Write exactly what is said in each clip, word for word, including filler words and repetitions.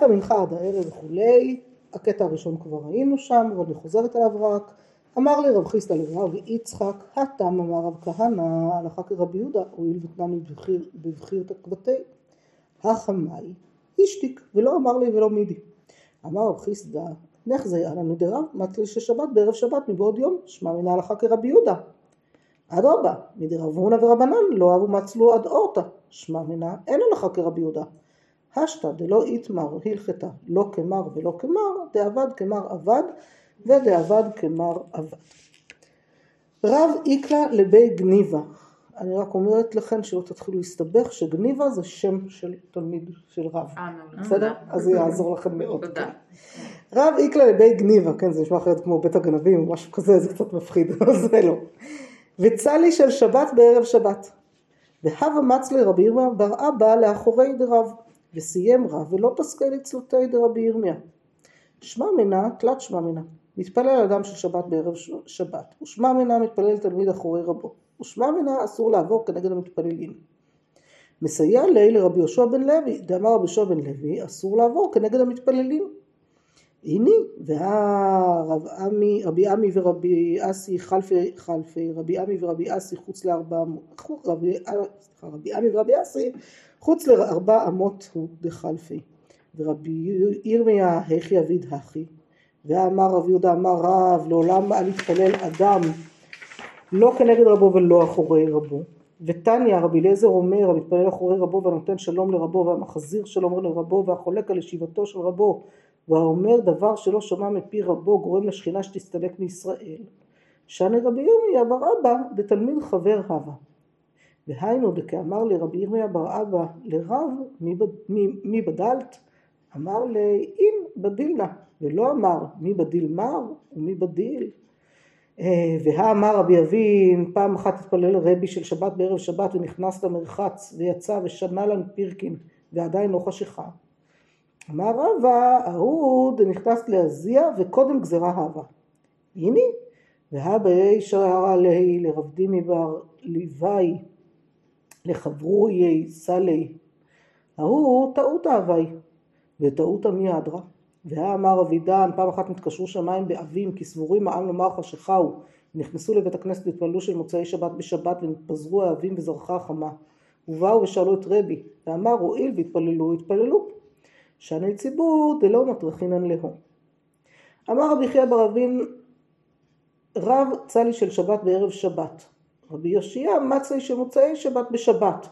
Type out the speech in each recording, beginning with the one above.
מתחילת המנחה עד הערב וכולי, הקטע הראשון כבר ראינו שם, אבל אני חוזרת עליו רק. אמר לי רב חיסדא לרב יצחק, התם אמר רב כהנא, הלכה כרבי יהודה, הואיל ותנני בבחיר, בבחיר תקוותי, החמאי, השתיק, ולא אמר לי ולא מידי. אמר רב חיסדא, נחזי על הנדרה, מצלי ששבת בערב שבת מבעוד יום, שמע מן ההלכה כרבי יהודה. אדרבה, מדרב הונא ורבנן לא אהבו מצלו עד אורתא, שמע מנה אין הלכה כרבי יהודה. השתא דלא איתמר הלכתה לא כמר ולא כמר, דאבד כמר אבד ודאבד כמר אבד. רב איקלה לבי גניבה. אני רק אומרת לכם שלא תתחילו להסתבך שגניבה זה שם של תלמיד של רב. בסדר? אז זה יעזור לכם מאוד. תודה. רב איקלה לבי גניבה, כן, זה נשמע אחרת כמו בית הגנבים או משהו כזה, זה קצת מפחיד, זה לא. וצלי של שבת בערב שבת. והווה מצלי רבי ירמיה בר אבא לאחורי דרב, וסיים רב ולא פסקי לצלותי דרבי ירמיה. שמע מנה, תלת שמע מנה. מתפלל אדם של שבת בערב שבת, ושמע מנה מתפלל תלמיד אחורי רבו, ושמע מנה אסור לעבור כנגד המתפללים. מסייע לי לרבי יהושע בן לוי, דאמר רבי יהושע בן לוי, אסור לעבור כנגד המתפללים. הנה, והרב עמי, רבי עמי ורבי אסי חלפי, חלפי, רבי עמי ורבי אסי חוץ לארבע, רבי, רבי עמי ורבי אסי חוץ לארבע אמות הוא דחלפי. ורבי ירמיה הכי אביד הכי. ואמר רב יהודה אמר רב, לעולם אל יתפלל אדם לא כנגד רבו ולא אחורי רבו. ותניא רבי אליעזר אומר, המתפלל אחורי רבו והנותן שלום לרבו והמחזיר שלום לרבו והחולק על ישיבתו של רבו והאומר דבר שלא שומע מפי רבו גורם לשכינה שתסתלק מישראל. שאני רבי ירמיה בר אבא דתלמיד חבר הווה. והיינו דכאמר לי רבי ירמיה בר אבא לרב מי, מי, מי בדלת? אמר לי אין בדילנה, ולא אמר מי בדיל מר ומי בדיל. והאמר רבי אבין, פעם אחת התפלל רבי של שבת בערב שבת ונכנס למרחץ ויצא ושנה לנו פירקין ועדיין לא חשיכה. אמר רבא, ההוא דנכנס להזיע וקודם גזרה הווה. הנה, והבאי שערה לי לרב דימי בר ליוואי לחברוי סלי. ההוא טעות ההווי וטעות עמי אדרה. והאמר אבידן, פעם אחת נתקשרו שמיים באבים כי סבורים העם לומר חשכהו. נכנסו לבית הכנסת והתפללו של מוצאי שבת בשבת ונתפזרו האבים וזרחה חמה. ובאו ושאלו את רבי ואמר הואיל והתפללו התפללו. שאני ציבור דלא מטרחינן להו. אמר רבי חייא בר אבין, רב צלי של שבת בערב שבת. רבי יושיע מצלי של מוצאי שבת בשבת.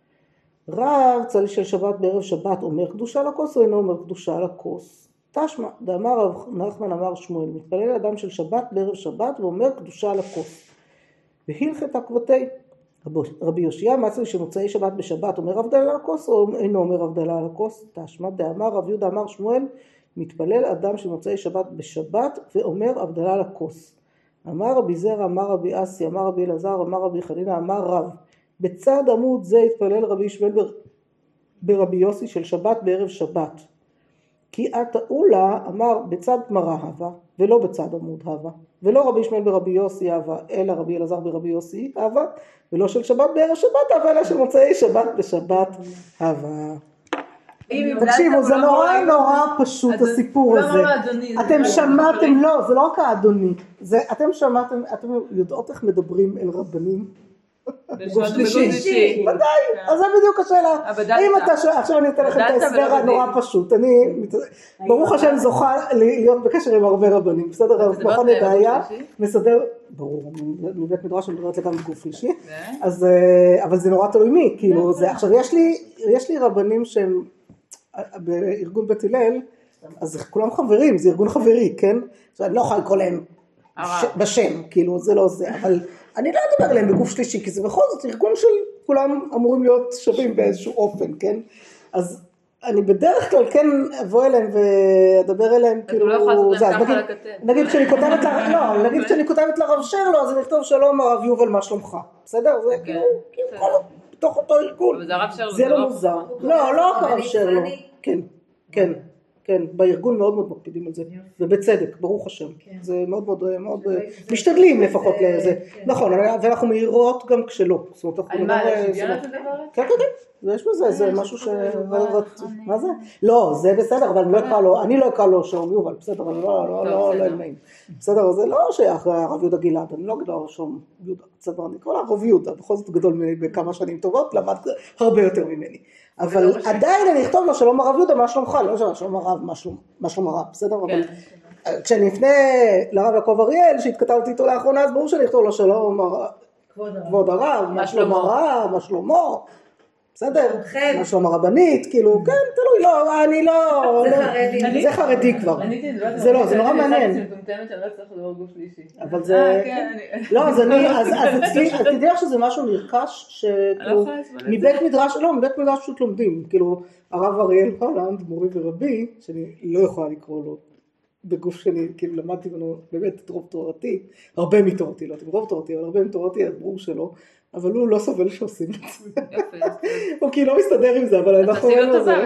רב צלי של שבת בערב שבת אומר קדושה לכוס או אינו אומר קדושה לכוס. תשמע, דאמר רב נחמן אמר שמואל, מתפלל אדם של שבת בערב שבת ואומר קדושה לכוס. והלכת עקבתי. רבי יושיע מצלי של מוצאי שבת בשבת אומר הבדלה לכוס או אינו אומר הבדלה לכוס. תשמע, דאמר רב יהודה אמר שמואל, מתפלל אדם של מוצאי שבת בשבת ואומר הבדלה לכוס. אמר רבי זרע, אמר רבי אסי, אמר רבי אלעזר, אמר רבי חנינא, אמר רב. בצד עמוד זה התפלל רבי ישמעאל בר... ברבי יוסי של שבת בערב שבת. כי אתאולה אמר בצד מראה הווה ולא בצד עמוד הווה. ולא רבי ישמעאל ברבי יוסי הווה, אלא רבי אלעזר ברבי יוסי הווה. ולא של שבת בערב שבת הווה, אלא של מוצאי שבת בשבת הווה. תקשיבו, זה נורא נורא פשוט הסיפור הזה. אתם שמעתם, לא, זה לא רק האדוני. אתם שמעתם, אתם יודעות איך מדברים אל רבנים? בגוף שלישי. ודאי, אז זה בדיוק השאלה. אם אתה, עכשיו אני אתן לכם את ההסבר הנורא פשוט. אני, ברוך השם, זוכה להיות בקשר עם הרבה רבנים. בסדר, מכון ידעיה, מסדר, ברור, מבית מדרש אני מדברת לגמרי בגוף שלישי. אבל זה נורא תלוי מי, כאילו, עכשיו יש לי רבנים שהם בארגון בית הלל, אז כולם חברים, זה ארגון חברי, כן? אני לא יכולה לקרוא להם בשם, כאילו, זה לא זה, אבל אני לא אדבר עליהם בגוף שלישי, כי זה בכל זאת ארגון של כולם אמורים להיות שווים באיזשהו אופן, כן? אז אני בדרך כלל כן אבוא אליהם ואדבר אליהם, כאילו, נגיד כשאני כותבת, לא, נגיד כשאני כותבת לרב שרלו, אז אני אכתוב שלום הרב יובל, מה שלומך? בסדר? זה כאילו, בתוך אותו ארגון. זה לא מוזר. לא, לא הרב שרלו. כן, כן, כן, בארגון מאוד מאוד מקפידים על זה, ובצדק, ברוך השם. זה מאוד מאוד, מאוד, משתדלים לפחות לזה. נכון, ואנחנו מהירות גם כשלא. על מה, לשוויון את הדבר? כן, כן, כן. יש בזה, זה משהו ש... מה זה? לא, זה בסדר, אבל אני לא אקרא לו שום יובל, בסדר, אני לא אלמאים. בסדר, זה לא שייך הרב יהודה גלעד, אני לא אקרא לו שום יהודה, בסדר, אני אקרא לו הרב יהודה, בכל זאת גדול ממני בכמה שנים טובות, למד הרבה יותר ממני. אבל עדיין אני אכתוב לו שלום הרב יהודה, מה שלומך? לא שלום הרב, מה שלום הרב, בסדר? אבל כשאני אפנה לרב יעקב אריאל, שהתכתבתי איתו לאחרונה, אז ברור שאני אכתוב לו שלום כבוד הרב, מה שלום הרב, מה שלמה, בסדר? מה שלום הרבנית, כאילו, כן, תלוי, לא, אני לא, זה חרדי כבר. זה לא, זה נורא מעניין. אבל זה, לא, אז אני, אז אצלי, אז תדעי לך שזה משהו נרכש, שכאילו, מבית מדרש, לא, מבית מדרש פשוט לומדים, כאילו, הרב אריאל הולנד, מורי ורבי, שאני לא יכולה לקרוא לו, בגוף שני, כאילו למדתי ממנו באמת את רוב תורתי, הרבה מתורתי, לא רוב תורתי, אבל הרבה מתורתי, הברור שלו, אבל הוא לא סובל שעושים את זה. הוא כאילו לא מסתדר עם זה, אבל אנחנו לא זה.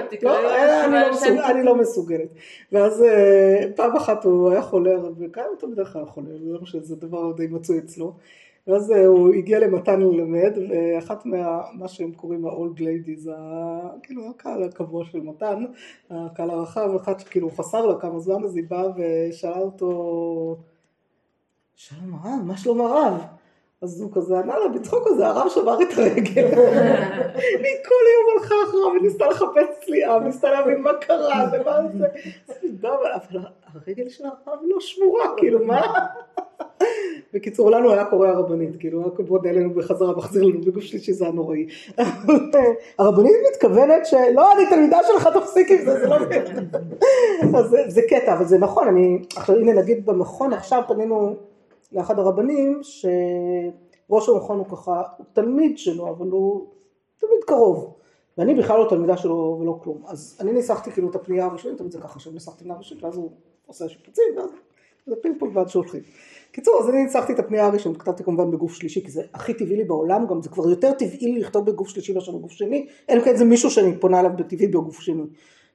אני לא מסוגלת. ואז פעם אחת הוא היה חולה, וכאן הוא תמיד היה חולה, זה דבר די מצוי אצלו. ואז הוא הגיע למתן ללמד, ואחת מה שהם קוראים ה-old ladies, כאילו הקהל הקבוע של מתן, הקהל הרחב, אחת שכאילו הוא חסר לה כמה זמן, אז היא באה ושאלה אותו, שלום הרב, מה שלום הרב? אז הוא כזה ענה לה, בצחוק הזה, הרב שבר את הרגל. והיא כל היום הלכה אחריו, וניסתה לחפש צליעה, וניסתה להבין מה קרה, ומה זה. אבל הרגל של הרב לא שבורה, כאילו, מה? בקיצור, לנו היה קורא הרבנית, כאילו, היה כבוד אלינו בחזרה, מחזיר לנו בגוף שלישי, זה הנוראי. הרבנית מתכוונת שלא, אני תלמידה שלך, תפסיק עם זה, זה לא באמת. אז זה קטע, אבל זה נכון, אני, עכשיו, הנה נגיד במכון, עכשיו פנינו לאחד הרבנים, שראש המכון הוא ככה, הוא תלמיד שלו, אבל הוא תלמיד קרוב, ואני בכלל לא תלמידה שלו ולא כלום. אז אני ניסחתי כאילו את הפנייה הראשונית, תמיד זה ככה, שניסחתי פנייה הראשונית, ואז הוא עושה שיפוצים, ואז זה פינג פונג ועד שהולכים. קיצור, אז אני ניסחתי את הפנייה הראשונית, כתבתי כמובן בגוף שלישי, כי זה הכי טבעי לי בעולם, גם זה כבר יותר טבעי לי לכתוב בגוף שלישי מאשר בגוף שני, אין כאן זה מישהו שאני פונה עליו בטבעי בגוף שני.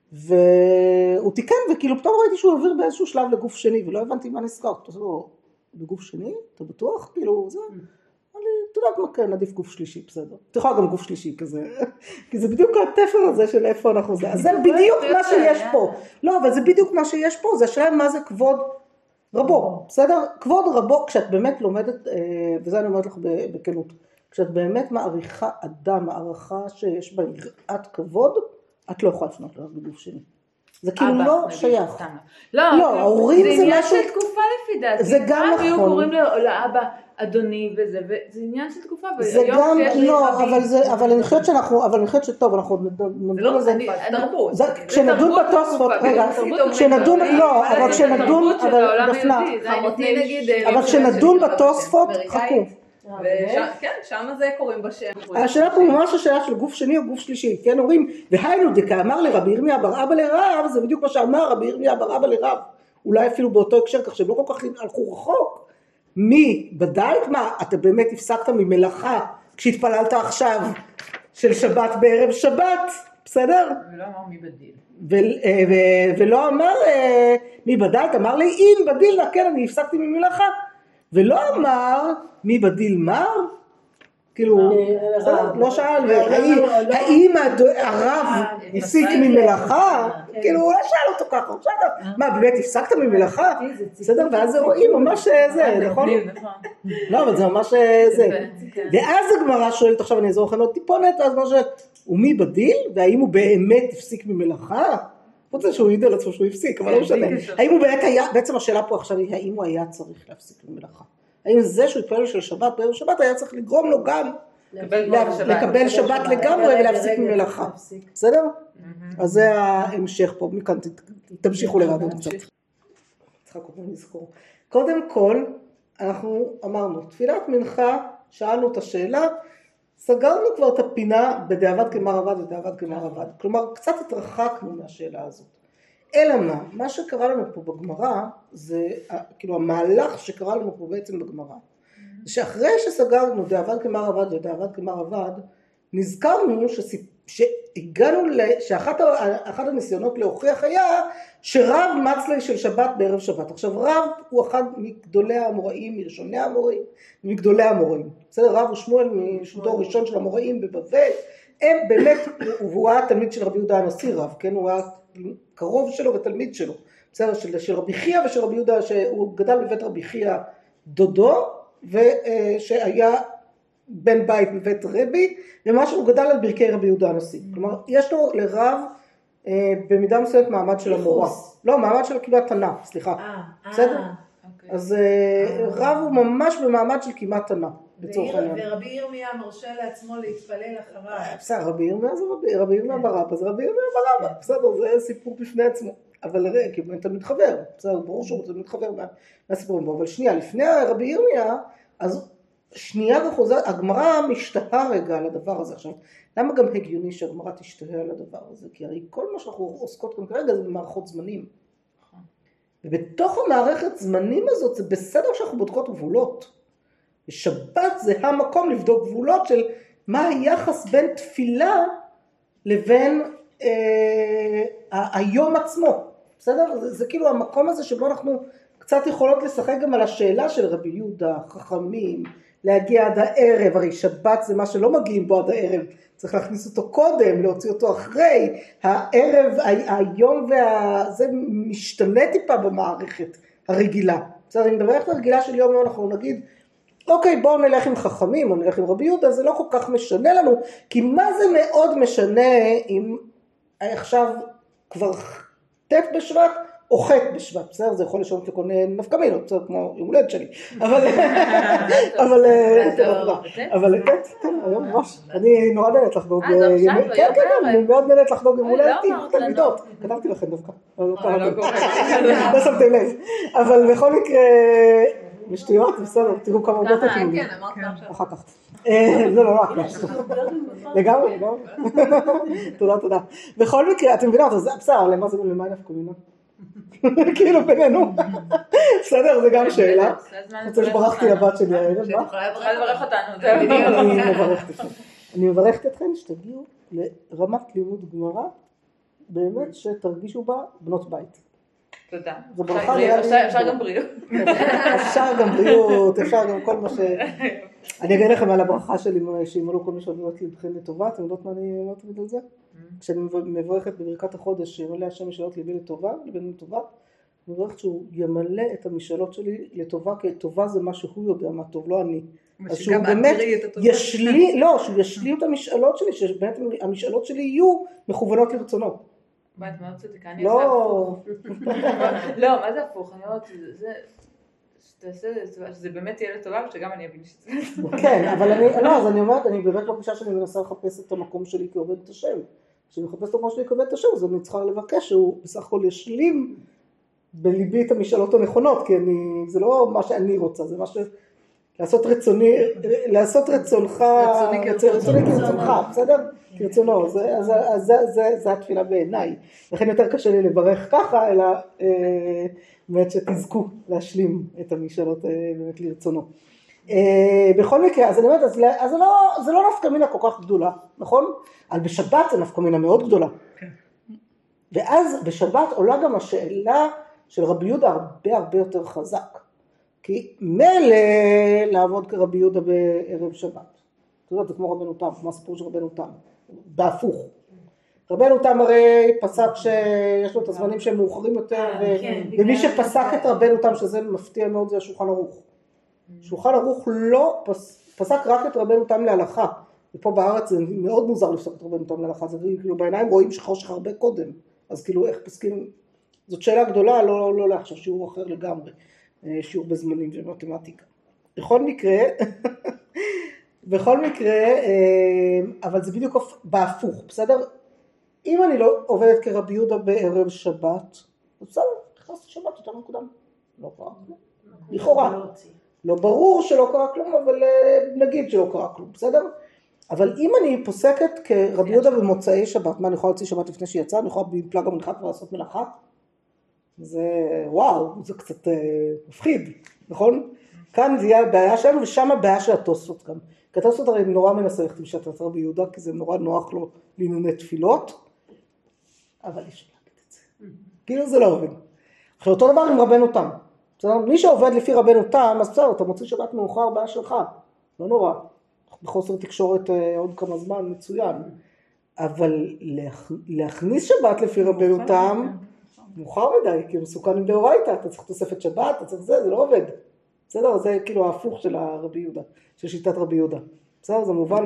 והוא תיקן, וכאילו פתאום ראיתי שהוא עובר באיזשהו שלב לגוף שני, ולא הבנתי מה נסגר. בגוף שני, אתה בטוח? כאילו, זה, אני, אתה יודעת מה, כן, עדיף גוף שלישי, בסדר. אתה יכול גם גוף שלישי כזה, כי זה בדיוק התפר הזה של איפה אנחנו זה. אז זה בדיוק מה שיש פה. לא, אבל זה בדיוק מה שיש פה, זה השאלה מה זה כבוד רבו, בסדר? כבוד רבו, כשאת באמת לומדת, וזה אני אומרת לך בכנות, כשאת באמת מעריכה אדם, מערכה שיש בה יראת כבוד, את לא יכולה לפנות לך בגוף שני. זה כאילו לא שייך. לא, ההורים זה עניין משהו... של תקופה לפי דעתי. זה גם נכון. היו קוראים לאבא אדוני וזה, וזה עניין של תקופה. זה גם, לא, אבל אני חושבת שאנחנו, אבל אני חושבת שטוב, אנחנו נדון על זה. תרבות. כשנדון בתוספות, רגע, כשנדון, לא, אבל כשנדון, אבל דפנה, אבל כשנדון בתוספות, חכו. כן, שם זה קוראים בשם. השאלה פה ממש השאלה של גוף שני או גוף שלישי, כן, אומרים, והיינו דקה אמר לרבי ירמיה בר אבא לרב, זה בדיוק מה שאמר רבי ירמיה בר אבא לרב, אולי אפילו באותו הקשר, כך שהם לא כל כך הלכו רחוק, מי בדלת, מה, אתה באמת הפסקת ממלאכה, כשהתפללת עכשיו של שבת בערב שבת, בסדר? ולא אמר מי בדיל. ולא אמר מי בדלת, אמר לי, אם בדיל, כן, אני הפסקתי ממלאכה. ולא אמר מי בדיל מר, כאילו, לא שאל, האם הרב הפסיק ממלאכה, כאילו הוא לא שאל אותו ככה, מה באמת הפסקת ממלאכה, בסדר, ואז זה רואים ממש זה, נכון? לא, אבל זה ממש זה, ואז הגמרא שואלת, עכשיו אני אעזור לכם עוד טיפונת, אז מה ש... ומי בדיל, והאם הוא באמת הפסיק ממלאכה, רוצה שהוא ידע לעצמו שהוא הפסיק, אבל לא משנה. האם הוא באמת היה, בעצם השאלה פה עכשיו היא, האם הוא היה צריך להפסיק ממלאכה? האם זה שהוא התפלל של שבת, בערב שבת היה צריך לגרום לו גם לקבל שבת לגמרי ולהפסיק ממלאכה. בסדר? אז זה ההמשך פה, מכאן תמשיכו לראות קצת. צריכה כל פעם לזכור. קודם כל, אנחנו אמרנו, תפילת מנחה, שאלנו את השאלה, סגרנו כבר את הפינה בדיעבד כמר עבד ובדיעבד כמר עבד. כלומר, קצת התרחקנו מהשאלה הזאת. אלא מה? מה שקרה לנו פה בגמרא, זה כאילו המהלך שקרה לנו פה בעצם בגמרא, זה שאחרי שסגרנו דיעבד כמר עבד ודיעבד כמר עבד, נזכרנו שהגענו, שאחת אחד הניסיונות להוכיח היה שרב מצלה של שבת בערב שבת. עכשיו רב הוא אחד מגדולי האמוראים, מראשוני האמוראים, מגדולי האמוראים. בסדר, רב ושמואל משדור ראשון של המוראים בבבל, הם באמת, והוא היה תלמיד של רבי יהודה הנשיא רב, כן, הוא היה קרוב שלו ותלמיד שלו, בסדר, של, של רבי חייא ושל רבי יהודה, שהוא גדל בבית רבי חייא דודו, ושהיה בן בית בבית רבי, ומה שהוא גדל על ברכי רבי יהודה הנשיא. כלומר, יש לו לרב במידה מסוימת מעמד של המורה. לא, מעמד של כמעט תנא, סליחה. בסדר? אז רב הוא ממש במעמד של כמעט תנא. ורבי ירמיה מרשה לעצמו להתפלל אחריו. בסדר, רבי ירמיה זה רבי ירמיה ברבא, אז רבי ירמיה ברבא, בסדר, זה סיפור בפני עצמו. אבל ראה, כי הוא תלמיד חבר, בסדר, ברור שהוא תלמיד חבר מהסיפורים בו, אבל שנייה, לפני רבי ירמיה, אז שנייה וחוזרת, הגמרא משתהה רגע על הדבר הזה. עכשיו, למה גם הגיוני שהגמרא תשתהה על הדבר הזה? כי הרי כל מה שאנחנו עוסקות כאן כרגע זה במערכות זמנים. ובתוך המערכת זמנים הזאת זה בסדר שאנחנו בודקות גבולות. ושבת זה המקום לבדוק גבולות של מה היחס בין תפילה לבין אה, היום עצמו. בסדר? זה, זה כאילו המקום הזה שבו אנחנו קצת יכולות לשחק גם על השאלה של רבי יהודה, חכמים, להגיע עד הערב, הרי שבת זה מה שלא מגיעים בו עד הערב, צריך להכניס אותו קודם, להוציא אותו אחרי, הערב, היום וזה משתנה טיפה במערכת הרגילה. בסדר, אם במערכת הרגילה של יום יום אנחנו נגיד, אוקיי, בואו נלך עם חכמים, או נלך עם רבי יהודה, זה לא כל כך משנה לנו, כי מה זה מאוד משנה אם עכשיו כבר ט' בשבט, או ח' בשבט, בסדר? זה יכול לשנות לכל נפקא מינות, בסדר, כמו יום הולדת שלי. אבל, אבל, אבל, כן, היום ממש, אני נורא נהנית לחגוג, כן, כן, אני מאוד נהנית לחגוג יום הולדת עם תלמידות, כתבתי לכם דווקא, לא שמתם לב, אבל בכל מקרה, בשטויות, בסדר, תראו כמה עובדות אתם. כן, אמרת עכשיו. אחר כך. זה לא רק משהו. לגמרי, לגמרי. תודה, תודה. בכל מקרה, אתם מבינות, אז בסדר, למה זה למה נפקא מינה? כאילו בינינו. בסדר, זה גם שאלה. רוצה שברחתי לבת שלי הערב, מה? יכולה לברך אותנו. אני מברכת אתכם. אני מברכת אתכם שתגיעו לרמת לימוד גמרא, באמת שתרגישו בה בנות בית. תודה. אפשר גם בריאות. אפשר גם בריאות, אפשר גם כל מה ש... אני אגיד לכם על הברכה שלי, שימלאו כל מי שעודות לבחן לטובה, אתם יודעות מה אני אומרת על זה? כשאני מברכת בברכת החודש, שימלא השם משאלות ליבי לטובה, ליבי לטובה, אני מברכת שהוא ימלא את המשאלות שלי לטובה, כי טובה זה מה שהוא יודע מה טוב, לא אני. אז שהוא באמת ישלים, לא, שהוא ישלים את המשאלות שלי, שבאמת המשאלות שלי יהיו מכוונות לרצונו. מה, את מאוד צדקה, אני עושה הפוך. לא, מה זה הפוך? אני אומרת, שזה באמת יהיה לטובה, ושגם אני אבין שזה לטובה. כן, אבל אני, לא, אז אני אומרת, אני באמת מרגישה שאני מנסה לחפש את המקום שלי כעובד את השם. כשאני מחפש את המקום שלי כעובד את השם, אז אני צריכה לבקש שהוא בסך הכל ישלים בליבי את המשאלות הנכונות, כי אני, זה לא מה שאני רוצה, זה מה ש... לעשות רצוני, לעשות רצונך, רצוני כרצונך, בסדר? כרצונו, זה התפילה בעיניי. לכן יותר קשה לי לברך ככה, אלא באמת שתזכו להשלים את המשאלות באמת לרצונו. בכל מקרה, אז אני אומרת, אז זה לא נפקא מינה כל כך גדולה, נכון? אבל בשבת זה נפקא מינה מאוד גדולה. ואז בשבת עולה גם השאלה של רבי יהודה הרבה הרבה יותר חזק. כי מילא לעבוד כרבי יהודה בערב שבת. אתה יודע, זה כמו רבנו תם, כמו הסיפור של רבנו תם, בהפוך. רבנו תם הרי פסק שיש לו את הזמנים שהם מאוחרים יותר, ומי שפסק את רבנו תם, שזה מפתיע מאוד, זה השולחן ערוך. שולחן ערוך לא פסק רק את רבנו תם להלכה, ופה בארץ זה מאוד מוזר לפסק את רבנו תם להלכה, זה כאילו בעיניים רואים שחושך הרבה קודם, אז כאילו איך פסקים, זאת שאלה גדולה, לא, לא לעכשיו, שיעור אחר לגמרי. שיעור בזמנים של מתמטיקה. בכל מקרה, בכל מקרה, אבל זה בדיוק בהפוך, בסדר? אם אני לא עובדת כרבי יהודה בערב שבת, בסדר, נכנסתי שבת יותר מוקדם. לא קרה כלום. לכאורה. לא ברור שלא קרה כלום, אבל נגיד שלא קרה כלום, בסדר? אבל אם אני פוסקת כרבי יהודה במוצאי שבת, מה אני יכולה להוציא שבת לפני שיצא? אני יכולה בפלג המנחה ולעשות מלאכה? זה וואו, זה קצת מפחיד, נכון? כאן זה יהיה הבעיה שלנו, ושם הבעיה של התוספות גם. כי התוספות הרי נורא מנסה ללכת עם שיטת רבי יהודה, כי זה נורא נוח לו לענייני תפילות, אבל אי אפשר להגיד את זה. כאילו זה לא עובד. עכשיו אותו דבר עם רבנו תם. מי שעובד לפי רבנו תם, אז בסדר, אתה מוציא שבת מאוחר בעיה שלך, לא נורא. בחוסר תקשורת עוד כמה זמן מצוין. אבל להכניס שבת לפי רבנו תם, מאוחר מדי, כי מסוכן עם דאורייתא, אתה צריך תוספת שבת, אתה צריך זה, זה לא עובד. בסדר, זה כאילו ההפוך של הרבי יהודה, של שיטת רבי יהודה. בסדר, זה מובן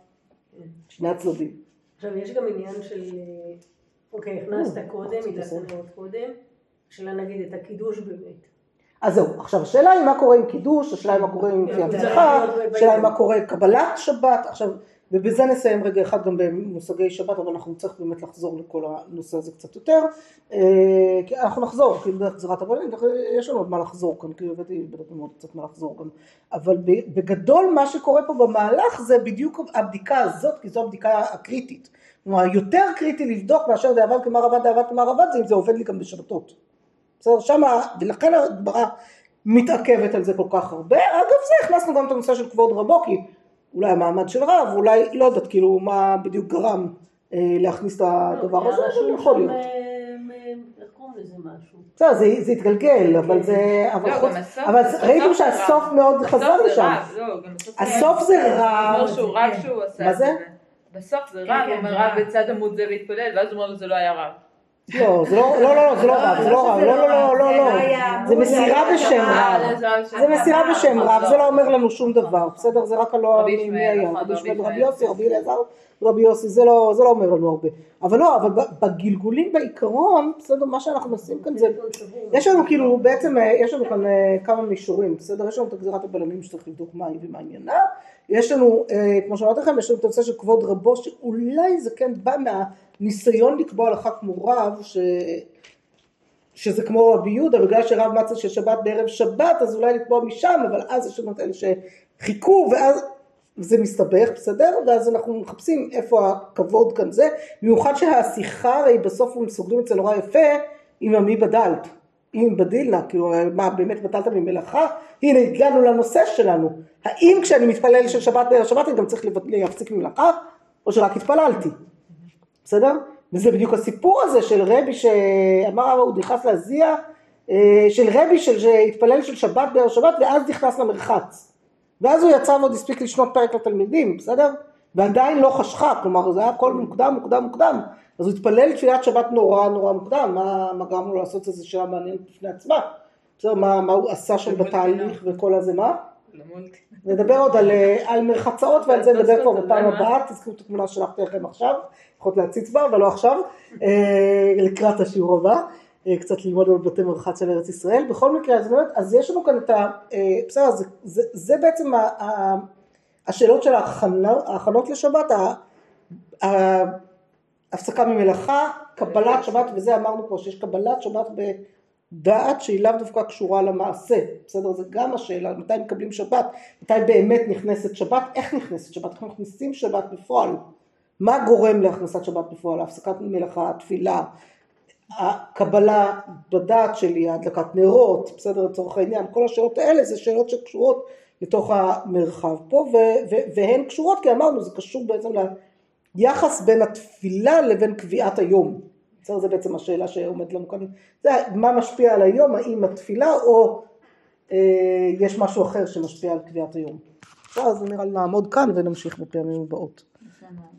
שני הצדדים. עכשיו, יש גם עניין של, אוקיי, הכנסת קודם, התעסקנו עוד קודם, שאלה נגיד את הקידוש באמת. אז זהו, עכשיו השאלה היא מה קורה עם קידוש, השאלה היא מה קורה עם קביעת צריכה, השאלה היא מה קורה עם קבלת שבת, עכשיו, ובזה נסיים רגע אחד גם במושגי שבת, אבל אנחנו צריך באמת לחזור לכל הנושא הזה קצת יותר, כי אנחנו נחזור, כאילו דרך גזירת הבנים, יש לנו עוד מה לחזור כאן, כאילו הבאתי בדרך מאוד קצת מה לחזור גם, אבל בגדול מה שקורה פה במהלך זה בדיוק הבדיקה הזאת, כי זו הבדיקה הקריטית, כלומר יותר קריטי לבדוק מאשר דעבד כמר עבד, דעבד כמר עבד, זה אם זה עובד לי גם בשבתות. בסדר, שמה, ולכן הגמרא מתעכבת על זה כל כך הרבה, אגב זה הכנסנו גם את הנושא של כבוד רבו, כי אולי המעמד של רב, אולי לא יודעת כאילו מה בדיוק גרם אה, להכניס את הדבר הזה, זה יכול להיות. איך קוראים לזה משהו? בסדר, זה, זה התגלגל, אבל זה, אבל, לא, חוץ, הסוף, אבל הסוף ראיתם זה שהסוף רב. מאוד חזר לשם. לא, גם הסוף זה רב. הוא אומר שהוא רב שהוא עשה מה את זה? זה. בסוף זה רב, הוא אומר רב בצד עמוד זה להתפלל, ואז הוא אומר לו זה לא היה רב. לא, זה לא, לא, לא, זה לא רב, זה לא רב, לא, לא, לא, לא, לא, זה מסירה בשם רב, זה מסירה בשם רב, זה לא אומר לנו שום דבר, בסדר, זה רק הלא מי היה, רבי ישמעאל, רבי יוסי, רבי אלעזר, רבי יוסי, זה לא, זה לא אומר לנו הרבה, אבל לא, אבל בגלגולים בעיקרון, בסדר, מה שאנחנו עושים כאן זה, יש לנו כאילו, בעצם, יש לנו כאן כמה מישורים, בסדר, יש לנו את גזירת הבלמים שצריך לבדוק מה היא ומה עניינה, יש לנו, כמו שאמרתי לכם, יש לנו את הנושא של כבוד רבו, שאולי זה כן בא מהניסיון לקבוע הלכה כמו רב, ש... שזה כמו רבי יהודה, בגלל שרב מצא של שבת בערב שבת, אז אולי לקבוע משם, אבל אז יש לנו את אלה שחיכו, ואז זה מסתבך, בסדר? ואז אנחנו מחפשים איפה הכבוד כאן זה, במיוחד שהשיחה הרי בסוף הם מסוגלים אצל נורא יפה, עם המי בדלת, אם בדילנה, כאילו מה באמת בטלת ממלאכה, הנה הגענו לנושא שלנו, האם כשאני מתפלל של שבת בערב שבת, אני גם צריך להפסיק ממלאכה, או שרק התפללתי, בסדר? וזה בדיוק הסיפור הזה של רבי שאמר הוא נכנס להזיע, של רבי שהתפלל של שבת בערב שבת, ואז נכנס למרחץ, ואז הוא יצא ועוד הספיק לשנות פרק לתלמידים, בסדר? ועדיין לא חשכה, כלומר זה היה הכל מוקדם, מוקדם, מוקדם, אז הוא התפלל תפילת שבת נורא נורא מוקדם, מה, מה גרם לו לעשות איזה שאלה מעניינת בפני עצמה, בסדר? מה, מה הוא עשה שם בתהליך וכל הזה, מה? נדבר עוד על, על מרחצאות ועל זה נדבר כבר בפעם הבאה, תזכרו את התמונה שלחתי לכם עכשיו, יכולת להציץ בה, אבל לא עכשיו, לקראת השיעור הבא, קצת ללמוד על בתי מרחץ של ארץ ישראל, בכל מקרה, אז, באמת, אז יש לנו כאן את ה... בסדר, זה, זה, זה בעצם ה, ה, השאלות של ההכנות, ההכנות לשבת, ההפסקה ממלאכה, קבלת שבת, וזה אמרנו פה שיש קבלת שבת בדעת שהיא לאו דווקא קשורה למעשה, בסדר, זה גם השאלה, מתי מקבלים שבת, מתי באמת נכנסת שבת, איך נכנסת שבת, איך מכניסים שבת בפועל, מה גורם להכנסת שבת בפועל, ההפסקת מלאכה, התפילה, הקבלה בדעת שלי, ההדלקת נרות, בסדר, לצורך העניין, כל השאלות האלה זה שאלות שקשורות לתוך המרחב פה, ו- ו- והן קשורות, כי אמרנו, זה קשור בעצם ליחס בין התפילה לבין קביעת היום, בסדר, זה בעצם השאלה שעומד לנו כאן, זה מה משפיע על היום, האם התפילה או אה, יש משהו אחר שמשפיע על קביעת היום. אז נראה לי נעמוד כאן ונמשיך בפעמים הבאות.